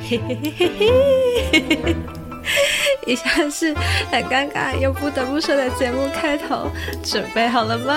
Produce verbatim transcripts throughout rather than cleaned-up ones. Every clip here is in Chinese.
嘿嘿嘿嘿嘿，以下是很尴尬又不得不说的节目开头，准备好了吗？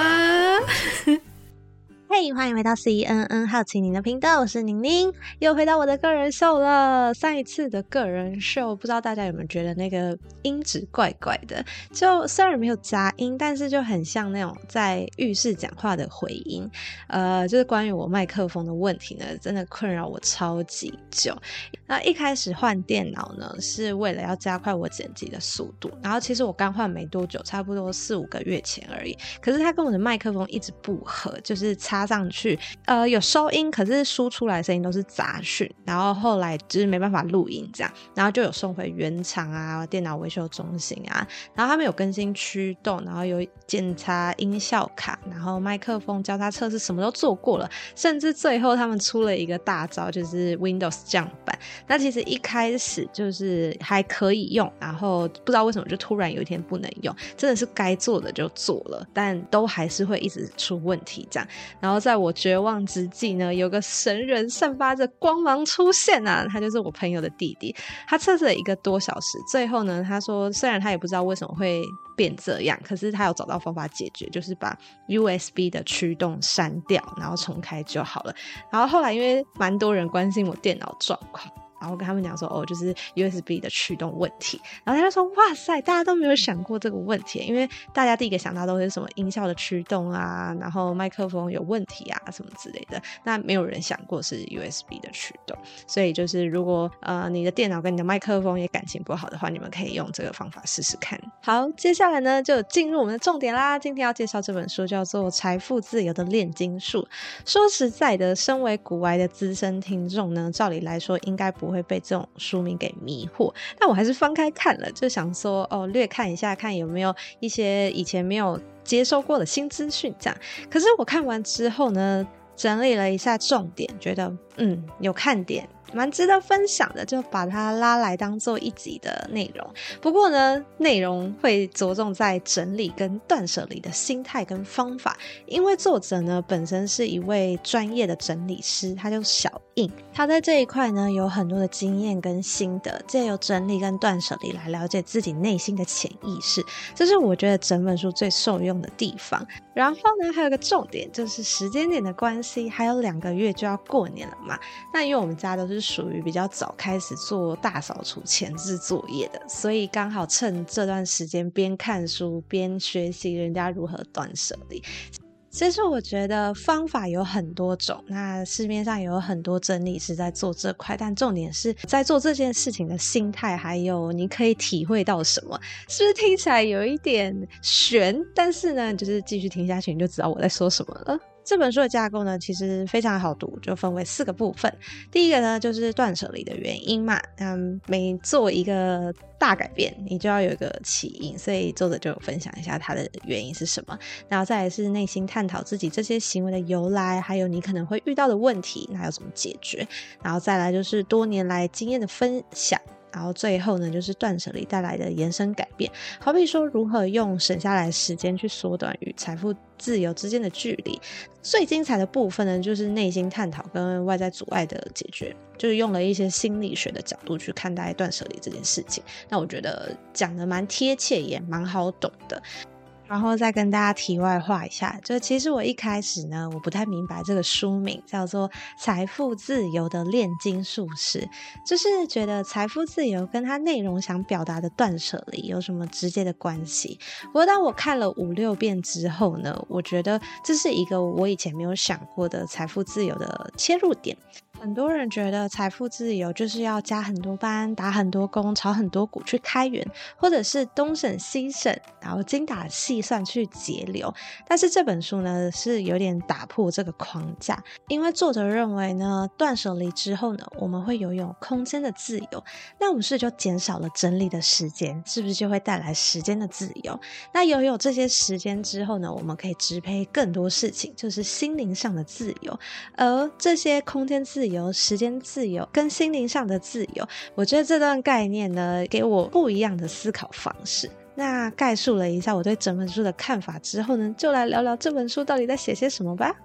嘿、hey, 欢迎回到 C N N 好奇宁的频道，我是宁宁，又回到我的个人秀了。上一次的个人秀，不知道大家有没有觉得那个音质怪怪的，就虽然没有杂音，但是就很像那种在浴室讲话的回音。呃，就是关于我麦克风的问题呢，真的困扰我超级久。那一开始换电脑呢，是为了要加快我剪辑的速度，然后其实我刚换没多久，差不多四五个月前而已，可是它跟我的麦克风一直不合，就是插上去呃有收音，可是输出来的声音都是杂讯，然后后来就是没办法录音这样，然后就有送回原厂啊，电脑维修中心啊，然后他们有更新驱动，然后有检查音效卡，然后麦克风交叉测试什么都做过了，甚至最后他们出了一个大招，就是 Windows 降版。那其实一开始就是还可以用，然后不知道为什么就突然有一天不能用，真的是该做的就做了，但都还是会一直出问题这样。然后在我绝望之际呢，有个神人散发着光芒出现啊，他就是我朋友的弟弟。他测试了一个多小时，最后呢他说虽然他也不知道为什么会变这样，可是他有找到方法解决，就是把 U S B 的驱动删掉，然后重开就好了。然后后来因为蛮多人关心我电脑状况，然后跟他们讲说哦，就是 U S B 的驱动问题，然后他就说哇塞，大家都没有想过这个问题，因为大家第一个想到都是什么音效的驱动啊，然后麦克风有问题啊什么之类的，那没有人想过是 U S B 的驱动。所以就是如果呃你的电脑跟你的麦克风也感情不好的话，你们可以用这个方法试试看。好，接下来呢就进入我们的重点啦。今天要介绍这本书叫做《财富自由的炼金术》。说实在的，身为股癌的资深听众呢，照理来说应该不会被这种书名给迷惑，但我还是翻开看了，就想说哦，略看一下，看有没有一些以前没有接收过的新资讯这样。可是我看完之后呢，整理了一下重点，觉得嗯有看点，蛮值得分享的，就把它拉来当做一集的内容。不过呢，内容会着重在整理跟断舍离的心态跟方法，因为作者呢本身是一位专业的整理师，他就小印，他在这一块呢有很多的经验跟心得，借由整理跟断舍离来了解自己内心的潜意识，这是我觉得整本书最受用的地方。然后呢还有一个重点，就是时间点的关系，还有两个月就要过年了嘛，那因为我们家都是属于比较早开始做大扫除前置作业的，所以刚好趁这段时间边看书边学习人家如何断舍离。其实我觉得方法有很多种，那市面上有很多整理师在做这块，但重点是在做这件事情的心态，还有你可以体会到什么。是不是听起来有一点悬？但是呢，就是继续听下去你就知道我在说什么了。这本书的架构呢其实非常好读，就分为四个部分。第一个呢就是断舍离的原因嘛，嗯，每做一个大改变你就要有一个起因，所以作者就有分享一下他的原因是什么。然后再来是内心探讨自己这些行为的由来，还有你可能会遇到的问题，那要怎么解决。然后再来就是多年来经验的分享，然后最后呢就是断舍离带来的延伸改变，好比说如何用省下来的时间去缩短与财富自由之间的距离。最精彩的部分呢就是内心探讨跟外在阻碍的解决，就是用了一些心理学的角度去看待断舍离这件事情，那我觉得讲得蛮贴切也蛮好懂的。然后再跟大家题外话一下，就其实我一开始呢我不太明白这个书名叫做财富自由的炼金术士，就是觉得财富自由跟它内容想表达的断舍离有什么直接的关系。不过当我看了五六遍之后呢，我觉得这是一个我以前没有想过的财富自由的切入点。很多人觉得财富自由就是要加很多班，打很多工，炒很多股去开源，或者是东省西省，然后精打细算去节流。但是这本书呢是有点打破这个框架，因为作者认为呢，断舍离之后呢，我们会拥有空间的自由，那我们是不是就减少了整理的时间，是不是就会带来时间的自由？那拥有这些时间之后呢，我们可以支配更多事情，就是心灵上的自由。而这些空间自由、时间自由跟心灵上的自由，我觉得这段概念呢给我不一样的思考方式。那概述了一下我对整本书的看法之后呢，就来聊聊这本书到底在写些什么吧。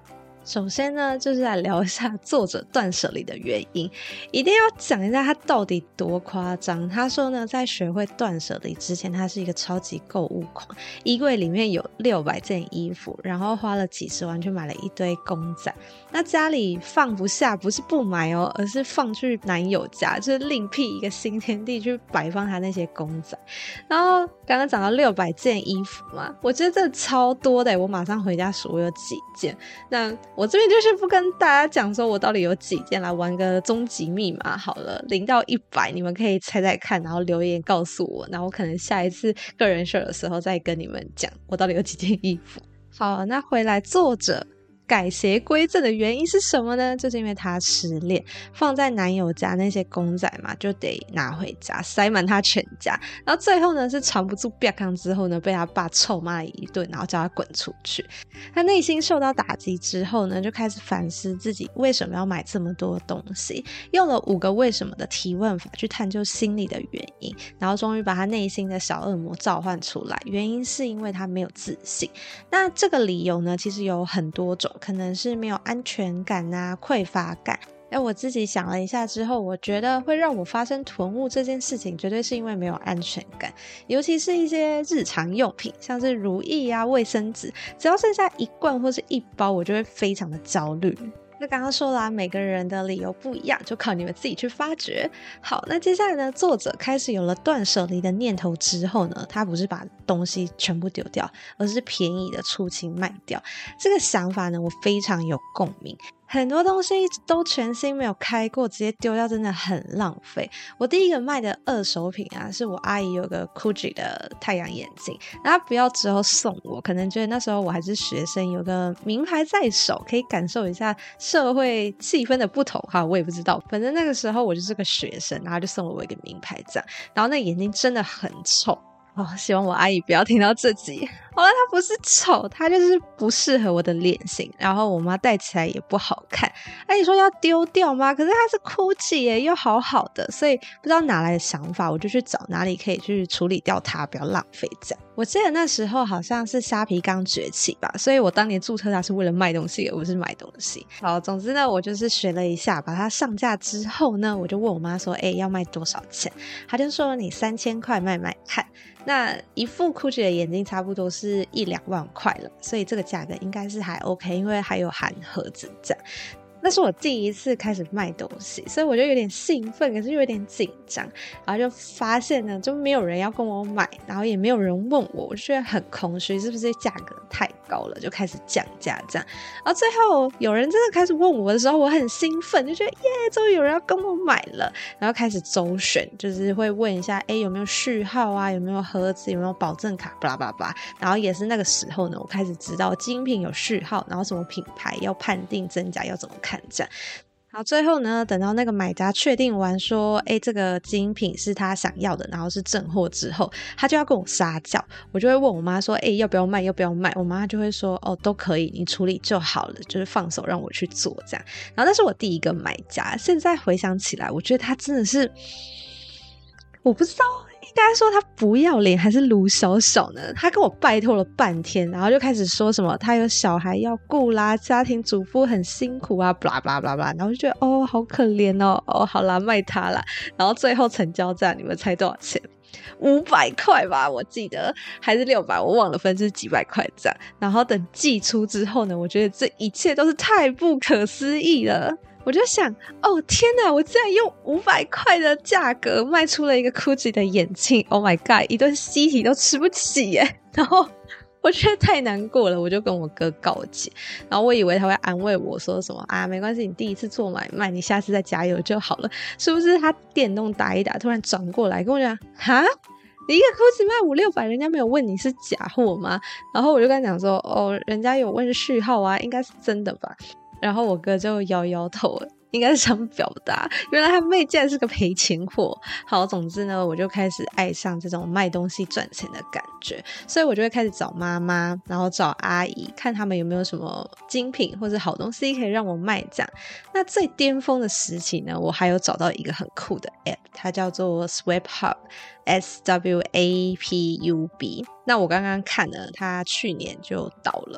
首先呢，就是来聊一下作者断舍离的原因，一定要讲一下他到底多夸张。他说呢，在学会断舍离之前，他是一个超级购物狂，衣柜里面有六百件衣服，然后花了几十万去买了一堆公仔。那家里放不下，不是不买哦，而是放去男友家，就是另辟一个新天地去摆放他那些公仔。然后刚刚讲到六百件衣服嘛，我觉得这超多的，我马上回家数我有几件。那我这边就是不跟大家讲说我到底有几件，来玩个终极密码好了，零到一百你们可以猜猜看，然后留言告诉我，然后我可能下一次个人秀的时候再跟你们讲我到底有几件衣服。好，那回来作者改邪归正的原因是什么呢？就是因为他失恋，放在男友家那些公仔嘛，就得拿回家塞满他全家，然后最后呢是藏不住啪康之后呢被他爸臭骂了一顿，然后叫他滚出去。他内心受到打击之后呢，就开始反思自己为什么要买这么多东西，用了五个为什么的提问法去探究心理的原因，然后终于把他内心的小恶魔召唤出来，原因是因为他没有自信。那这个理由呢其实有很多种，可能是没有安全感啊，匮乏感。哎，我自己想了一下之后，我觉得会让我发生囤物这件事情绝对是因为没有安全感，尤其是一些日常用品，像是如意啊、卫生纸，只要剩下一罐或是一包，我就会非常的焦虑。那刚刚说啦，每个人的理由不一样，就靠你们自己去发掘。好，那接下来呢，作者开始有了断舍离的念头之后呢，他不是把东西全部丢掉，而是便宜的出清卖掉。这个想法呢，我非常有共鸣。很多东西都全新没有开过，直接丢掉真的很浪费。我第一个卖的二手品啊，是我阿姨有个 Gucci 的太阳眼镜，然后不要之后送我，可能觉得那时候我还是学生，有个名牌在手，可以感受一下社会气氛的不同哈，我也不知道，反正那个时候我就是个学生，然后就送了我一个名牌这样，然后那眼镜真的很丑。哦，希望我阿姨不要听到这集。好了，它不是丑，它就是不适合我的脸型，然后我妈戴起来也不好看。阿姨说要丢掉吗？可是它是 Gucci 耶，又好好的，所以不知道哪来的想法，我就去找哪里可以去处理掉它，不要浪费这样。我记得那时候好像是虾皮刚崛起吧，所以我当年注册它是为了卖东西，而不是买东西。好，总之呢，我就是学了一下，把它上架之后呢，我就问我妈说，哎、欸，要卖多少钱？她就说你三千块卖卖看。那一副 Gucci 的眼镜差不多是一两万块了，所以这个价格应该是还 OK， 因为还有含盒子这样。那是我第一次开始卖东西，所以我就有点兴奋，可是又有点紧张，然后就发现呢，就没有人要跟我买，然后也没有人问我，我就觉得很空虚，是不是价格太高了，就开始降价这样。然后最后有人真的开始问我的时候，我很兴奋，就觉得耶，终于有人要跟我买了，然后开始周旋，就是会问一下，哎，有没有序号啊，有没有盒子，有没有保证卡，巴拉巴拉。然后也是那个时候呢，我开始知道精品有序号，然后什么品牌要判定真假要怎么看这样。好，最后呢，等到那个买家确定完说，哎，这个精品是他想要的，然后是正货之后，他就要跟我杀价，我就会问我妈说，哎，要不要卖，要不要卖？我妈就会说，哦，都可以，你处理就好了，就是放手让我去做这样。然后那是我第一个买家，现在回想起来，我觉得他真的是，我不知道应该说他不要脸还是卢小小呢？他跟我拜托了半天，然后就开始说什么他有小孩要顾啦，家庭主妇很辛苦啊，blah blah blah blah，然后就觉得哦好可怜哦，哦好啦卖他啦，然后最后成交价你们猜多少钱？五百块吧，我记得还是六百，我忘了分是几百块这样。然后等寄出之后呢，我觉得这一切都是太不可思议了。我就想，哦天哪，我竟然用五百块的价格卖出了一个 Gucci 的眼镜 ，Oh my god， 一顿西提都吃不起耶。然后我觉得太难过了，我就跟我哥告解。然后我以为他会安慰我说什么啊，没关系，你第一次做买卖，你下次再加油就好了。是不是他电动打一打，突然转过来跟我讲，哈？你一个 Gucci 卖五六百，人家没有问你是假货吗？然后我就跟他讲说，哦，人家有问序号啊，应该是真的吧。然后我哥就摇摇头，应该是想表达原来他妹竟然是个赔钱货。好，总之呢，我就开始爱上这种卖东西赚钱的感觉，所以我就会开始找妈妈，然后找阿姨，看他们有没有什么精品或者好东西可以让我卖这样。那最巅峰的时期呢，我还有找到一个很酷的 app， 它叫做 Swap Hub， S W A P U B。 那我刚刚看了，它去年就倒了，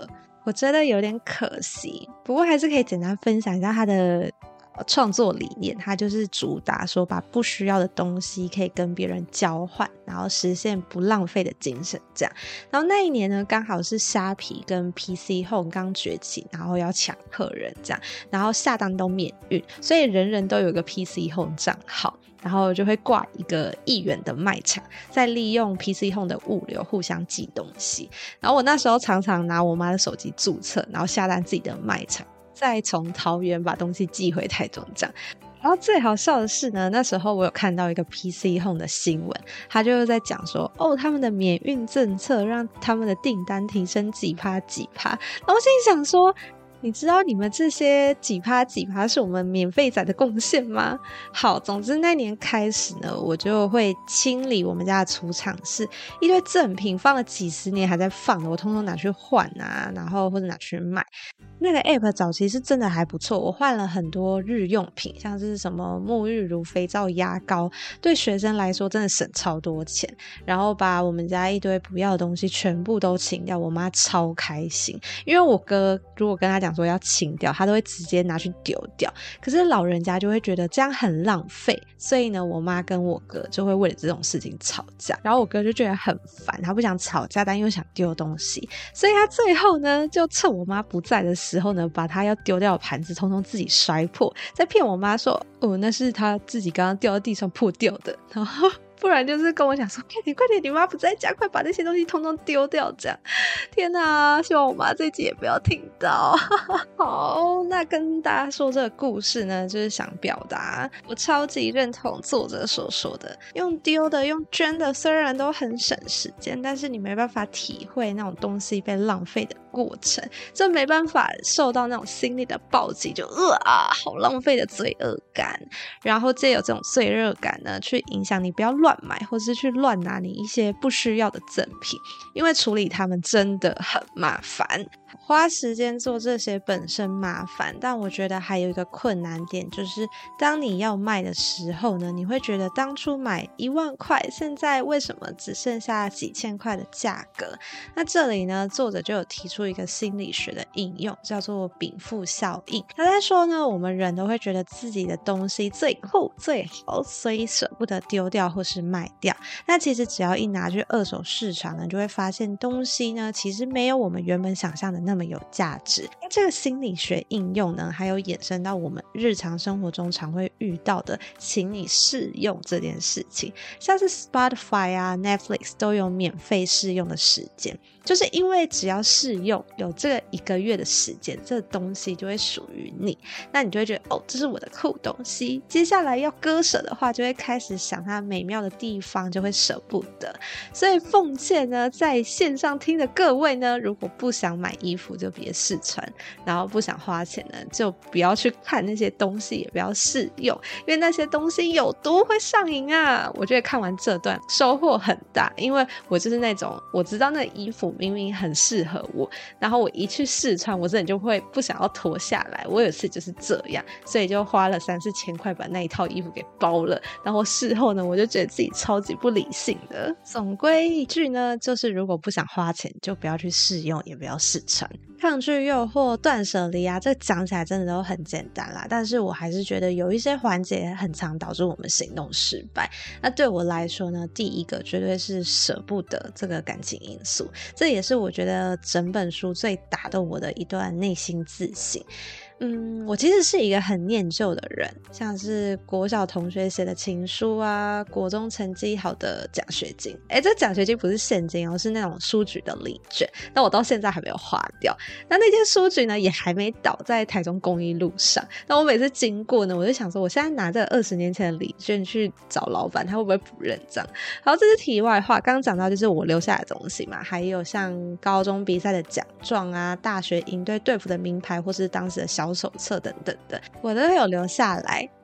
我觉得有点可惜，不过还是可以简单分享一下他的创作理念。他就是主打说把不需要的东西可以跟别人交换，然后实现不浪费的精神这样。然后那一年呢刚好是虾皮跟 P C Home 刚崛起，然后要抢客人这样，然后下单都免运，所以人人都有一个 P C Home 账号，然后就会挂一个一元的卖场，再利用 P C Home 的物流互相寄东西。然后我那时候常常拿我妈的手机注册，然后下单自己的卖场，再从桃园把东西寄回台中这样。然后最好笑的是呢，那时候我有看到一个 P C Home 的新闻，他就是在讲说哦，他们的免运政策让他们的订单提升几趴几趴。然后我心里想说，你知道你们这些几趴几趴是我们免费仔的贡献吗？好，总之那年开始呢，我就会清理我们家的储藏室，一堆赠品放了几十年还在放的，我通通拿去换啊，然后或者拿去卖。那个 app 早期是真的还不错，我换了很多日用品，像是什么沐浴乳、肥皂、牙膏，对学生来说真的省超多钱。然后把我们家一堆不要的东西全部都清掉，我妈超开心，因为我哥如果跟他讲说要清掉，他都会直接拿去丢掉，可是老人家就会觉得这样很浪费，所以呢我妈跟我哥就会为了这种事情吵架。然后我哥就觉得很烦，他不想吵架但又想丢东西，所以他最后呢就趁我妈不在的时候呢，把他要丢掉的盘子通通自己摔破，再骗我妈说哦那是他自己刚刚掉到地上破掉的，然后不然就是跟我讲说快点快点，你妈不在家，快把那些东西通通丢掉这样。天哪，希望我妈这集也不要听到。好，那跟大家说这个故事呢，就是想表达我超级认同作者所说的，用丢的用捐的虽然都很省时间，但是你没办法体会那种东西被浪费的过程，这没办法受到那种心理的暴击，就呃啊好浪费的罪恶感，然后借由这种罪恶感呢去影响你不要乱买或是去乱拿你一些不需要的赠品，因为处理它们真的很麻烦。花时间做这些本身麻烦，但我觉得还有一个困难点，就是当你要卖的时候呢，你会觉得当初买一万块，现在为什么只剩下几千块的价格？那这里呢，作者就有提出一个心理学的应用，叫做禀赋效应。他在说呢，我们人都会觉得自己的东西最酷最好，所以舍不得丢掉或是卖掉。那其实只要一拿去二手市场呢，就会发现东西呢，其实没有我们原本想象的那么有价值。那这个心理学应用呢，还有衍生到我们日常生活中常会遇到的请你试用这件事情，像是 Spotify 啊 Netflix 都有免费试用的时间，就是因为只要试用有这个一个月的时间，这个东西就会属于你，那你就会觉得哦，这是我的酷东西，接下来要割舍的话就会开始想它美妙的地方，就会舍不得。所以奉劝呢，在线上听的各位呢，如果不想买衣服就别试穿，然后不想花钱呢就不要去看那些东西，也不要试用，因为那些东西有毒会上瘾啊。我觉得看完这段收获很大，因为我就是那种我知道那个衣服明明很适合我，然后我一去试穿我真的就会不想要脱下来，我有次就是这样，所以就花了三四千块把那一套衣服给包了，然后事后呢我就觉得自己超级不理性的。总归一句呢，就是如果不想花钱就不要去试用，也不要试穿。抗拒诱惑断舍离啊，这讲起来真的都很简单啦，但是我还是觉得有一些环节很常导致我们行动失败。那对我来说呢，第一个绝对是舍不得这个感情因素，这也是我觉得整本书最打动我的一段内心自省。嗯，我其实是一个很念旧的人，像是国小同学写的情书啊，国中成绩好的奖学金，诶这奖学金不是现金哦，是那种书局的礼券，那我到现在还没有花掉。那那间书局呢也还没倒，在台中公益路上。那我每次经过呢，我就想说我现在拿着二十年前的礼券去找老板，他会不会不认账？好，这是题外话，刚刚讲到就是我留下来的东西嘛，还有像高中比赛的奖状啊，大学营队队服的名牌，或是当时的小手册等等的，我都有留下来。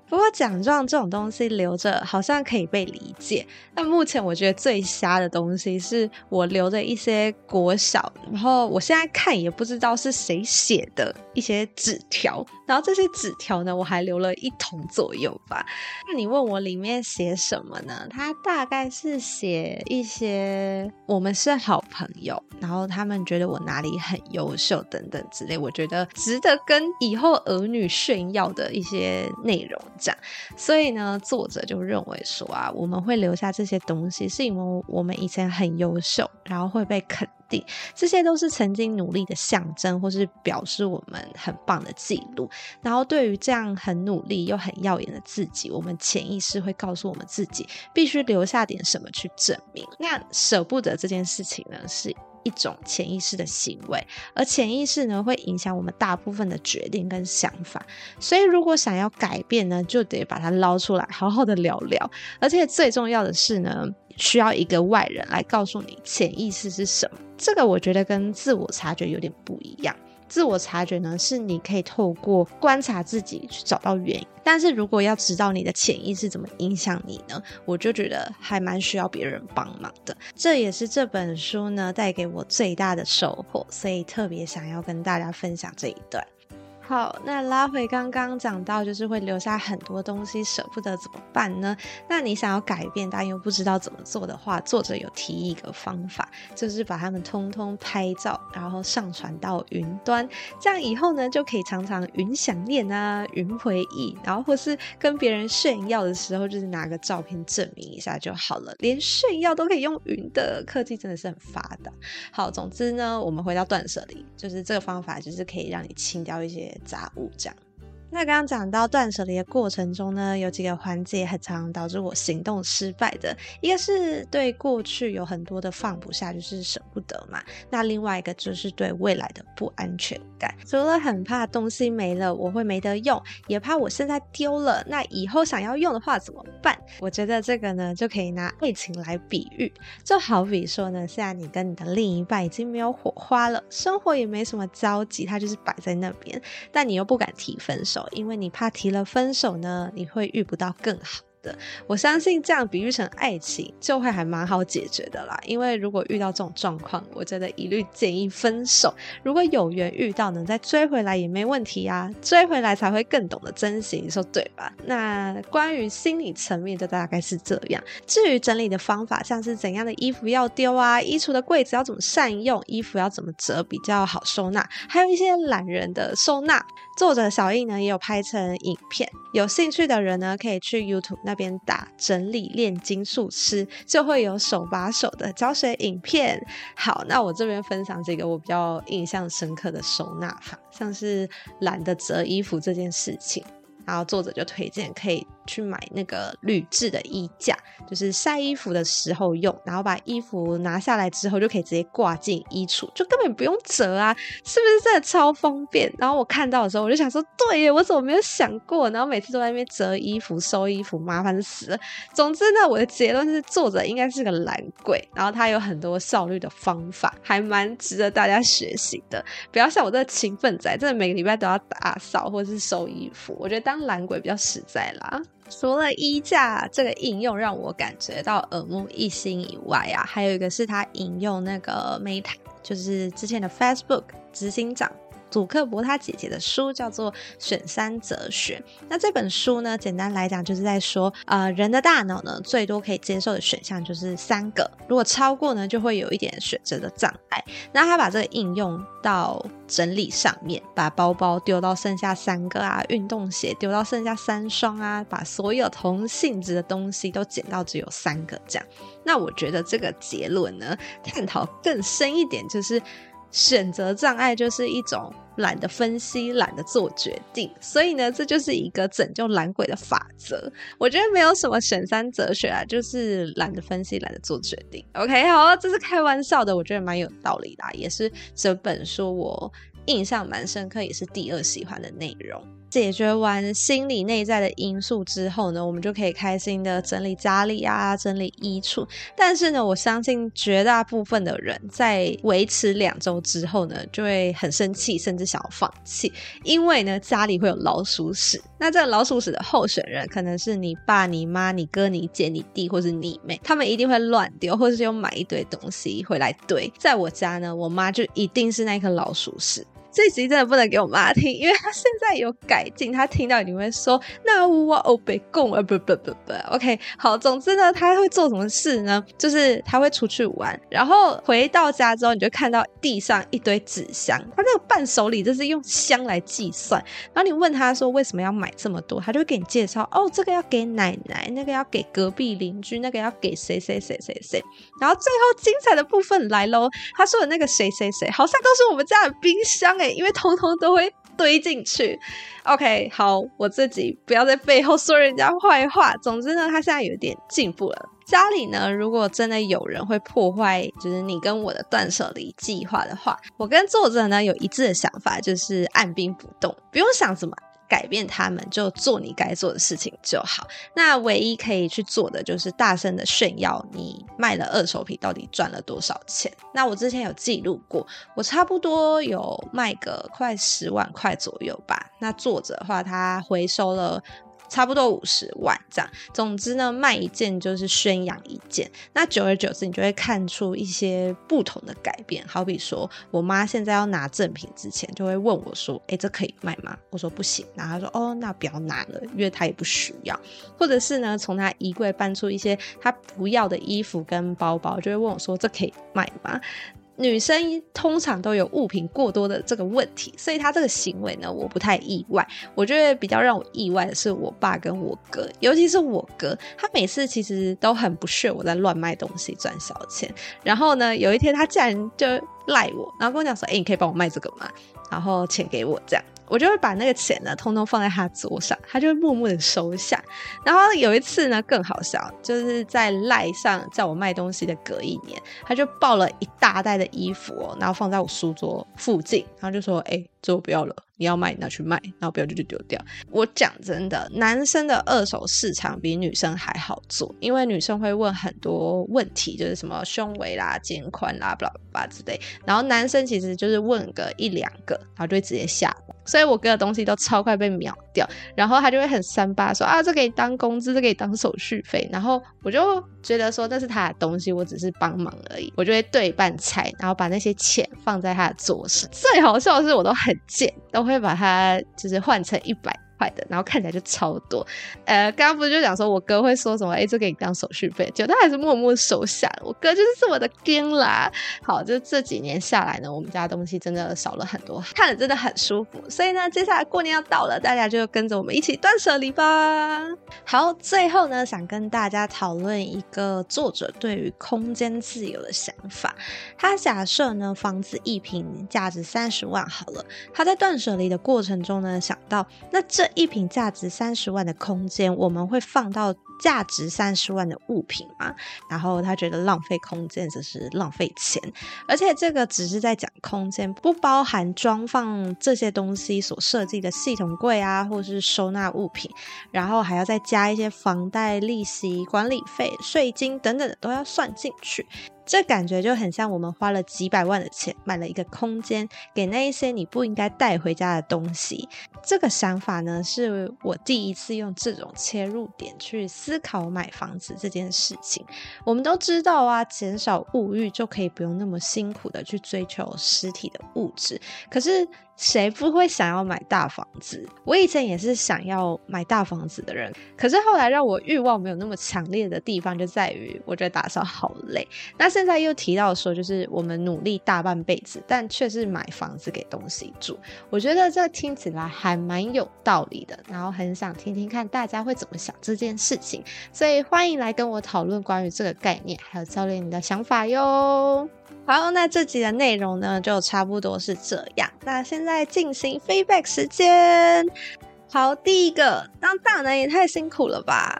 不过奖状这种东西留着好像可以被理解，但目前我觉得最瞎的东西是我留的一些国小，然后我现在看也不知道是谁写的一些纸条，然后这些纸条呢我还留了一桶左右吧。那你问我里面写什么呢？它大概是写一些我们是好朋友，然后他们觉得我哪里很优秀等等之类，我觉得值得跟以后儿女炫耀的一些内容这样。所以呢作者就认为说啊，我们会留下这些东西是因为我们以前很优秀，然后会被肯定，这些都是曾经努力的象征，或是表示我们很棒的记录。然后对于这样很努力又很耀眼的自己，我们潜意识会告诉我们自己必须留下点什么去证明。那舍不得这件事情呢是一种潜意识的行为，而潜意识呢会影响我们大部分的决定跟想法，所以如果想要改变呢，就得把它捞出来好好的聊聊。而且最重要的是呢，需要一个外人来告诉你潜意识是什么。这个我觉得跟自我察觉有点不一样。自我察觉呢是你可以透过观察自己去找到原因，但是如果要知道你的潜意识怎么影响你呢，我就觉得还蛮需要别人帮忙的。这也是这本书呢带给我最大的收获，所以特别想要跟大家分享这一段。好，那拉回刚刚讲到就是会留下很多东西舍不得怎么办呢？那你想要改变但又不知道怎么做的话，作者有提议一个方法，就是把它们通通拍照然后上传到云端，这样以后呢就可以常常云想念啊，云回忆，然后或是跟别人炫耀的时候就是拿个照片证明一下就好了。连炫耀都可以用云的，科技真的是很发达。好，总之呢我们回到断舍离，就是这个方法就是可以让你清掉一些杂物这样。那刚刚讲到断舍离的过程中呢，有几个环节很常导致我行动失败的，一个是对过去有很多的放不下，就是舍不得嘛。那另外一个就是对未来的不安全感，除了很怕东西没了我会没得用，也怕我现在丢了，那以后想要用的话怎么办？我觉得这个呢就可以拿爱情来比喻，就好比说呢，现在你跟你的另一半已经没有火花了，生活也没什么交集，它就是摆在那边，但你又不敢提分手，因为你怕提了分手呢你会遇不到更好的。我相信这样比喻成爱情就会还蛮好解决的啦，因为如果遇到这种状况，我觉得一律建议分手。如果有缘遇到呢，再追回来也没问题啊，追回来才会更懂得珍惜，你说对吧？那关于心理层面就大概是这样。至于整理的方法，像是怎样的衣服要丢啊，衣橱的柜子要怎么善用，衣服要怎么折比较好收纳，还有一些懒人的收纳，作者小印呢也有拍成影片，有兴趣的人呢可以去 YouTube 那边打整理炼金术师，就会有手把手的教学影片。好，那我这边分享这个我比较印象深刻的收纳法，像是懒得折衣服这件事情，然后作者就推荐可以去买那个铝制的衣架，就是晒衣服的时候用，然后把衣服拿下来之后就可以直接挂进衣橱，就根本不用折啊，是不是真的超方便？然后我看到的时候我就想说，对耶，我怎么没有想过？然后每次都在那边折衣服收衣服，麻烦死了。总之呢，我的结论是作者应该是个懒鬼，然后他有很多效率的方法，还蛮值得大家学习的。不要像我这个勤奋仔，真的每个礼拜都要打扫或者是收衣服，我觉得当懒鬼比较实在啦。除了衣架这个应用让我感觉到耳目一新以外啊，还有一个是他引用那个 Meta， 就是之前的 Facebook 执行长祖克伯他姐姐的书，叫做选三哲学。那这本书呢，简单来讲就是在说呃，人的大脑呢最多可以接受的选项就是三个，如果超过呢就会有一点选择的障碍。那他把这个应用到整理上面，把包包丢到剩下三个啊，运动鞋丢到剩下三双啊，把所有同性质的东西都减到只有三个这样。那我觉得这个结论呢，探讨更深一点，就是选择障碍就是一种懒得分析，懒得做决定，所以呢这就是一个拯救懒鬼的法则。我觉得没有什么选三哲学啊，就是懒得分析，懒得做决定。 OK， 好，这是开玩笑的，我觉得蛮有道理的，也是这本书我印象蛮深刻，也是第二喜欢的内容。 解决完心理内在的因素之后呢，我们就可以开心的整理家里啊，整理衣橱。但是呢，我相信绝大部分的人在维持两周之后呢，就会很生气，甚至想要放弃，因为呢，家里会有老鼠屎。那这个老鼠屎的候选人可能是你爸、你妈、你哥、你姐、你弟或是你妹，他们一定会乱丢，或是又买一堆东西回来堆。在我家呢，我妈就一定是那颗老鼠屎。这集真的不能给我妈听，因为她现在有改进，她听到一定会说那我欧北贡啊不不不不 OK 好，总之呢，她会做什么事呢？就是她会出去玩，然后回到家之后，你就看到地上一堆纸箱，她那个伴手礼就是用箱来计算，然后你问她说为什么要买这么多，她就会给你介绍，哦，这个要给奶奶，那个要给隔壁邻居，那个要给谁谁谁谁谁，然后最后精彩的部分来咯，她说的那个谁谁谁好像都是我们家的冰箱耶，因为通通都会堆进去。 OK 好，我自己不要在背后说人家坏话。总之呢，他现在有点进步了。家里呢，如果真的有人会破坏就是你跟我的断舍离计划的话，我跟作者呢有一致的想法，就是按兵不动，不用想怎么改变他们，就做你该做的事情就好。那唯一可以去做的就是大声的炫耀你卖了二手品到底赚了多少钱。那我之前有记录过，我差不多有卖个快十万块左右吧。那作者的话，他回收了差不多五十万这样。总之呢，卖一件就是宣扬一件。那久而久之，你就会看出一些不同的改变。好比说，我妈现在要拿赠品之前，就会问我说：“哎，这可以卖吗？”我说不行。然后她说：“哦，那不要拿了，因为她也不需要。”或者是呢，从她衣柜搬出一些她不要的衣服跟包包，就会问我说：“这可以卖吗？”女生通常都有物品过多的这个问题，所以她这个行为呢，我不太意外。我觉得比较让我意外的是我爸跟我哥，尤其是我哥，他每次其实都很不屑我在乱卖东西赚小钱。然后呢，有一天他竟然就赖我，然后跟我讲说：“哎、欸，你可以帮我卖这个吗？”然后钱给我这样。我就会把那个钱呢通通放在他桌上，他就会默默的收下。然后有一次呢更好笑，就是在赖上叫我卖东西的隔一年，他就抱了一大袋的衣服哦，然后放在我书桌附近，然后就说：“哎、欸，这我不要了，你要卖你拿去卖，然后不要就就丢掉。”我讲真的，男生的二手市场比女生还好做，因为女生会问很多问题，就是什么胸围啦、肩宽啦、blah blah blah 之类，然后男生其实就是问个一两个，然后就会直接下单。所以我哥的东西都超快被秒掉，然后他就会很三八说：“啊，这可以当工资，这可以当手续费。”然后我就觉得说那是他的东西，我只是帮忙而已，我就会对半拆，然后把那些钱放在他的桌上。最好笑的是我都很贱，都会把它就是换成一百块的，然后看起来就超多。呃，刚刚不是就讲说我哥会说什么，哎，这给你当手续费，结果他还是默默收下。我哥就是这么的硬啦。好，就这几年下来呢，我们家东西真的少了很多，看着真的很舒服。所以呢，接下来过年要到了，大家就跟着我们一起断舍离吧。好，最后呢，想跟大家讨论一个作者对于空间自由的想法。他假设呢，房子一坪价值三十万好了，他在断舍离的过程中呢，想到那这一坪价值三十万的空间，我们会放到价值三十万的物品吗？然后他觉得浪费空间只是浪费钱，而且这个只是在讲空间，不包含装放这些东西所设计的系统柜啊，或是收纳物品，然后还要再加一些房贷、利息、管理费、税金等等的都要算进去。这感觉就很像我们花了几百万的钱买了一个空间，给那一些你不应该带回家的东西。这个想法呢，是我第一次用这种切入点去思考买房子这件事情。我们都知道啊，减少物欲就可以不用那么辛苦的去追求实体的物质，可是谁不会想要买大房子？我以前也是想要买大房子的人，可是后来让我欲望没有那么强烈的地方就在于我觉得打扫好累。那现在又提到说，就是我们努力大半辈子，但却是买房子给东西住，我觉得这听起来还蛮有道理的，然后很想听听看大家会怎么想这件事情，所以欢迎来跟我讨论关于这个概念，还有教练你的想法哟。好，那这集的内容呢就差不多是这样，那现在进行 feedback 时间。好，第一个，当大男也太辛苦了吧。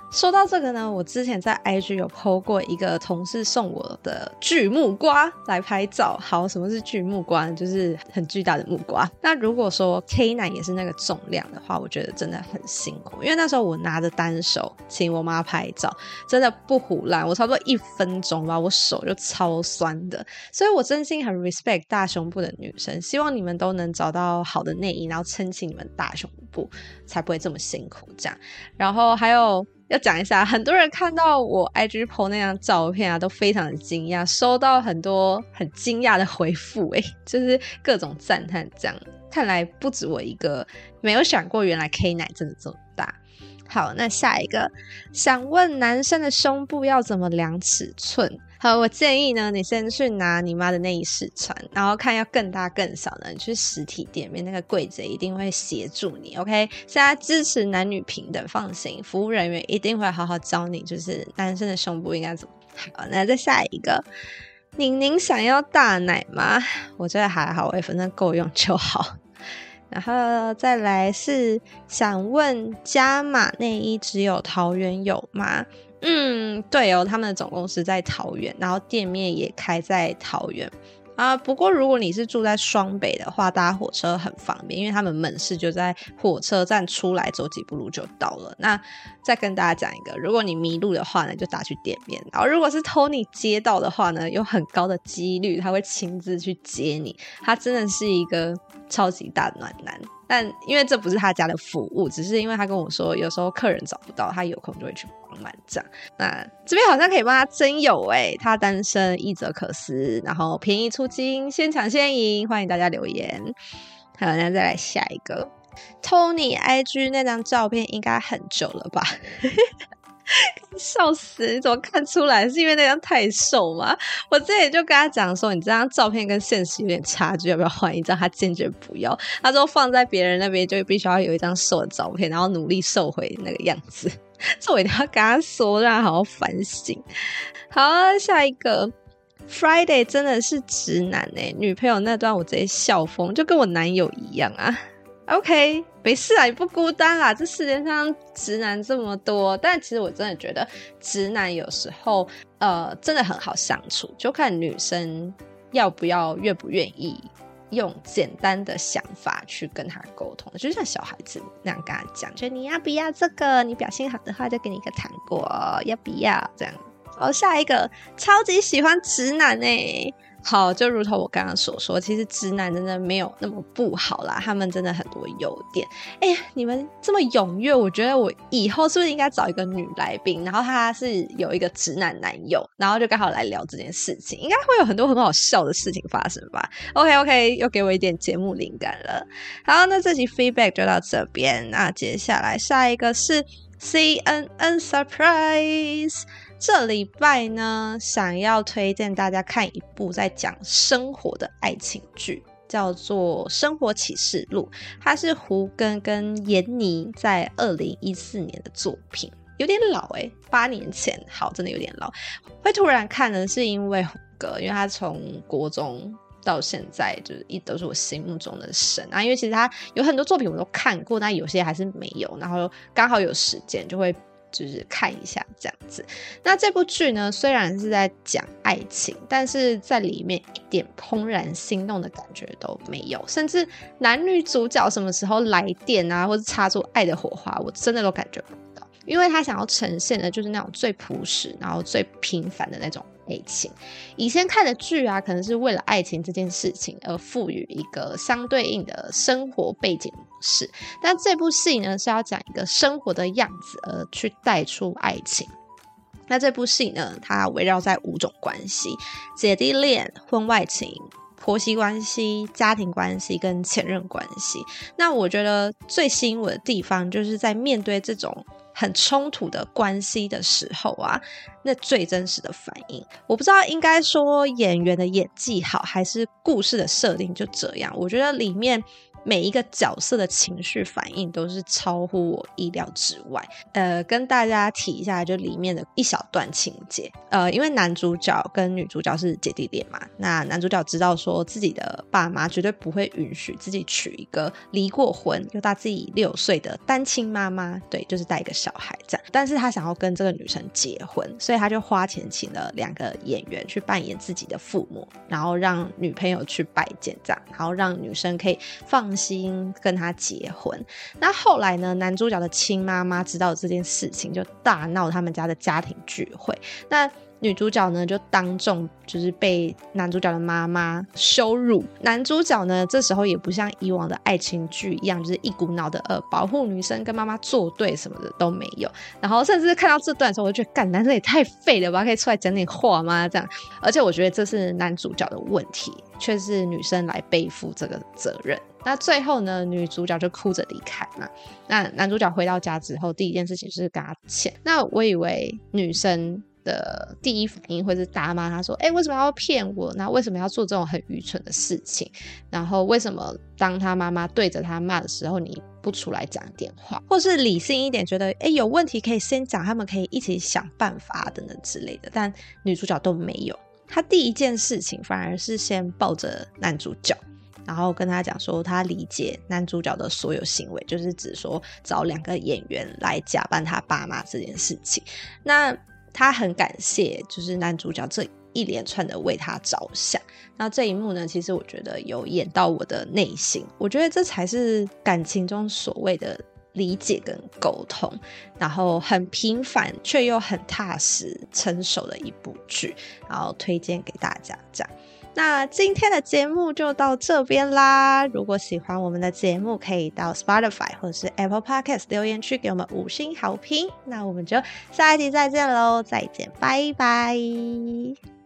说到这个呢，我之前在 I G 有 po 过一个同事送我的巨木瓜来拍照。好，什么是巨木瓜？就是很巨大的木瓜。那如果说 K 奶也是那个重量的话，我觉得真的很辛苦，因为那时候我拿着单手请我妈拍照，真的不唬烂，我差不多一分钟吧，我手就超酸的。所以我真心很 respect 大胸部的女生，希望你们都能找到好的内衣，然后撑起你们大胸部，才不会这么辛苦这样。然后还有要讲一下，很多人看到我 I G po 那张照片啊，都非常的惊讶，收到很多很惊讶的回复，诶，就是各种赞叹这样。看来不止我一个没有想过，原来 K 奶真的这么大。好，那下一个，想问男生的胸部要怎么量尺寸？好，我建议呢，你先去拿你妈的内衣试穿，然后看要更大更小呢，你去实体店面，那个柜姐一定会协助你 OK。 现在支持男女平等，放心，服务人员一定会好好教你，就是男生的胸部应该怎么。好，那再下一个，宁宁想要大奶吗？我觉得还好，反正够用就好。然后再来是想问加码内衣只有桃园有吗？嗯，对哦，他们的总公司在桃园，然后店面也开在桃园啊。不过如果你是住在双北的话，搭火车很方便，因为他们门市就在火车站出来走几步路就到了。那再跟大家讲一个，如果你迷路的话呢，就打去店面，然后如果是 Tony 接到的话呢，有很高的几率他会亲自去接你，他真的是一个超级大暖男。但因为这不是他家的服务，只是因为他跟我说有时候客人找不到，他有空就会去帮忙这样。那这边好像可以帮他征友耶，他单身一则可思，然后便宜出金，现抢现赢，欢迎大家留言。好，那再来下一个 Tony I G 那张照片应该很久了吧？笑死，你怎么看出来？是因为那张太瘦吗？我之前就跟他讲说，你这张照片跟现实有点差距，要不要换一张？他坚决不要，他说放在别人那边就必须要有一张瘦的照片，然后努力瘦回那个样子。这我一定要跟他说，让他好好反省。好，下一个 Friday 真的是直男欸，女朋友那段我直接笑疯，就跟我男友一样啊。OK， 没事啊，你不孤单啦，这世界上直男这么多。但其实我真的觉得直男有时候呃真的很好相处，就看女生要不要愿不愿意用简单的想法去跟他沟通，就像小孩子那样跟他讲，就你要不要这个，你表现好的话就给你一个糖果，要不要这样。好，下一个超级喜欢直男欸。好，就如同我刚刚所说，其实直男真的没有那么不好啦，他们真的很多优点。哎、欸，你们这么踊跃，我觉得我以后是不是应该找一个女来宾，然后她是有一个直男男友，然后就刚好来聊这件事情，应该会有很多很好笑的事情发生吧。 OK OK， 又给我一点节目灵感了。好，那这期 feedback 就到这边，那接下来下一个是 C N N Surprise。这礼拜呢，想要推荐大家看一部在讲生活的爱情剧，叫做《生活启示录》，它是胡歌跟闫妮在二零一四年的作品，有点老欸，八年前，好，真的有点老。会突然看呢，是因为胡歌，因为他从国中到现在就是一直都是我心目中的神啊，因为其实他有很多作品我都看过，但有些还是没有，然后刚好有时间就会就是看一下这样子。那这部剧呢，虽然是在讲爱情，但是在里面一点怦然心动的感觉都没有，甚至男女主角什么时候来电啊，或是擦出爱的火花，我真的都感觉不到，因为他想要呈现的就是那种最朴实然后最平凡的那种爱情。以前看的剧啊，可能是为了爱情这件事情而赋予一个相对应的生活背景模式，但这部戏呢是要讲一个生活的样子而去带出爱情。那这部戏呢，它围绕在五种关系：姐弟恋、婚外情、婆媳关系、家庭关系跟前任关系。那我觉得最吸引我的地方，就是在面对这种很冲突的关系的时候啊，那最真实的反应。我不知道应该说演员的演技好，还是故事的设定就这样。我觉得里面每一个角色的情绪反应都是超乎我意料之外。呃，跟大家提一下就里面的一小段情节。呃，因为男主角跟女主角是姐弟恋嘛，那男主角知道说自己的爸妈绝对不会允许自己娶一个离过婚又大自己六岁的单亲妈妈，对，就是带一个小孩这样。但是他想要跟这个女生结婚，所以他就花钱请了两个演员去扮演自己的父母，然后让女朋友去拜见这样，然后让女生可以放心跟他结婚。那后来呢，男主角的亲妈妈知道这件事情，就大闹他们家的家庭聚会。那女主角呢就当众就是被男主角的妈妈羞辱，男主角呢这时候也不像以往的爱情剧一样，就是一股脑的呃保护女生跟妈妈作对什么的都没有。然后甚至看到这段的时候我就觉得干，男生也太废了吧，可以出来讲点话吗这样。而且我觉得这是男主角的问题，却是女生来背负这个责任。那最后呢，女主角就哭着离开嘛。那男主角回到家之后第一件事情就是跟他欠。那我以为女生的第一反应会是大骂他说，哎、欸，为什么要骗我？那为什么要做这种很愚蠢的事情？然后为什么当他妈妈对着他骂的时候你不出来讲电话？或是理性一点觉得哎、欸，有问题可以先讲，他们可以一起想办法等等之类的。但女主角都没有，她第一件事情反而是先抱着男主角，然后跟他讲说他理解男主角的所有行为，就是指说找两个演员来假扮他爸妈这件事情。那他很感谢就是男主角这一连串的为他着想。那这一幕呢，其实我觉得有演到我的内心，我觉得这才是感情中所谓的理解跟沟通，然后很平凡却又很踏实成熟的一部剧，然后推荐给大家这样。那今天的节目就到这边啦，如果喜欢我们的节目可以到 Spotify 或者是 Apple Podcast 留言区给我们五星好评。那我们就下一集再见咯，再见，拜拜。